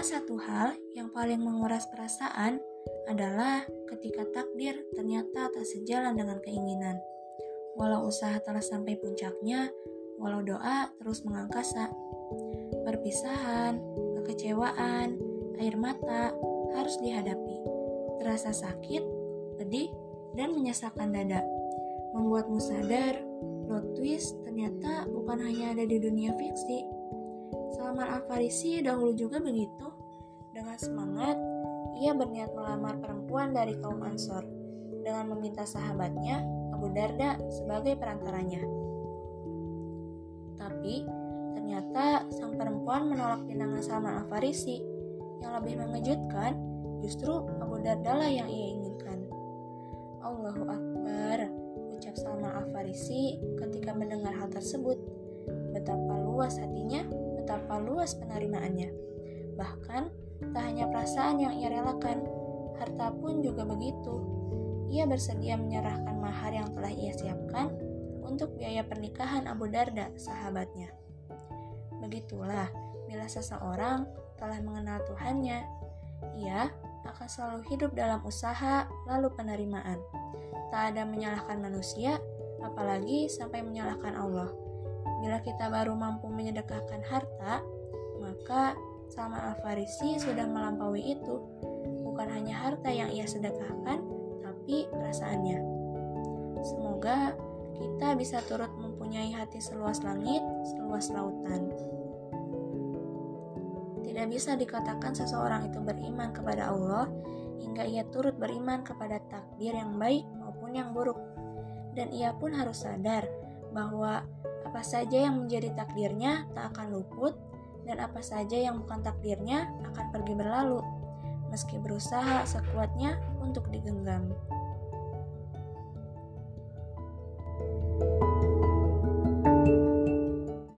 satu hal yang paling menguras perasaan adalah ketika takdir ternyata tak sejalan dengan keinginan. Walau usaha telah sampai puncaknya, walau doa terus mengangkasa. Perpisahan, kekecewaan, air mata harus dihadapi. Terasa sakit, pedih, dan menyesalkan dada. Membuatmu sadar, plot twist ternyata bukan hanya ada di dunia fiksi. Salman Al-Farisi dahulu juga begitu. Dengan semangat, ia berniat melamar perempuan dari kaum Ansor dengan meminta sahabatnya, Abu Darda, sebagai perantaranya. Tapi, ternyata sang perempuan menolak pinangan Salman Al-Farisi. Yang lebih mengejutkan, justru Abu Darda lah yang ia inginkan. Allahu Akbar, ucap Salman Al-Farisi ketika mendengar hal tersebut. Betapa luas hatinya, betapa luas penerimaannya. Bahkan, tak hanya perasaan yang ia relakan, harta pun juga begitu. Ia bersedia menyerahkan mahar yang telah ia siapkan untuk biaya pernikahan Abu Darda, sahabatnya. Begitulah, bila seseorang telah mengenal Tuhannya, ia akan selalu hidup dalam usaha lalu penerimaan. Tak ada menyalahkan manusia, apalagi sampai menyalahkan Allah. Bila kita baru mampu menyedekahkan harta, maka Salman Al-Farisi sudah melampaui itu. Bukan hanya harta yang ia sedekahkan, tapi perasaannya. Semoga kita bisa turut mempunyai hati seluas langit, seluas lautan. Tidak bisa dikatakan seseorang itu beriman kepada Allah hingga ia turut beriman kepada takdir yang baik maupun yang buruk. Dan ia pun harus sadar bahwa apa saja yang menjadi takdirnya tak akan luput, dan apa saja yang bukan takdirnya akan pergi berlalu, meski berusaha sekuatnya untuk digenggam.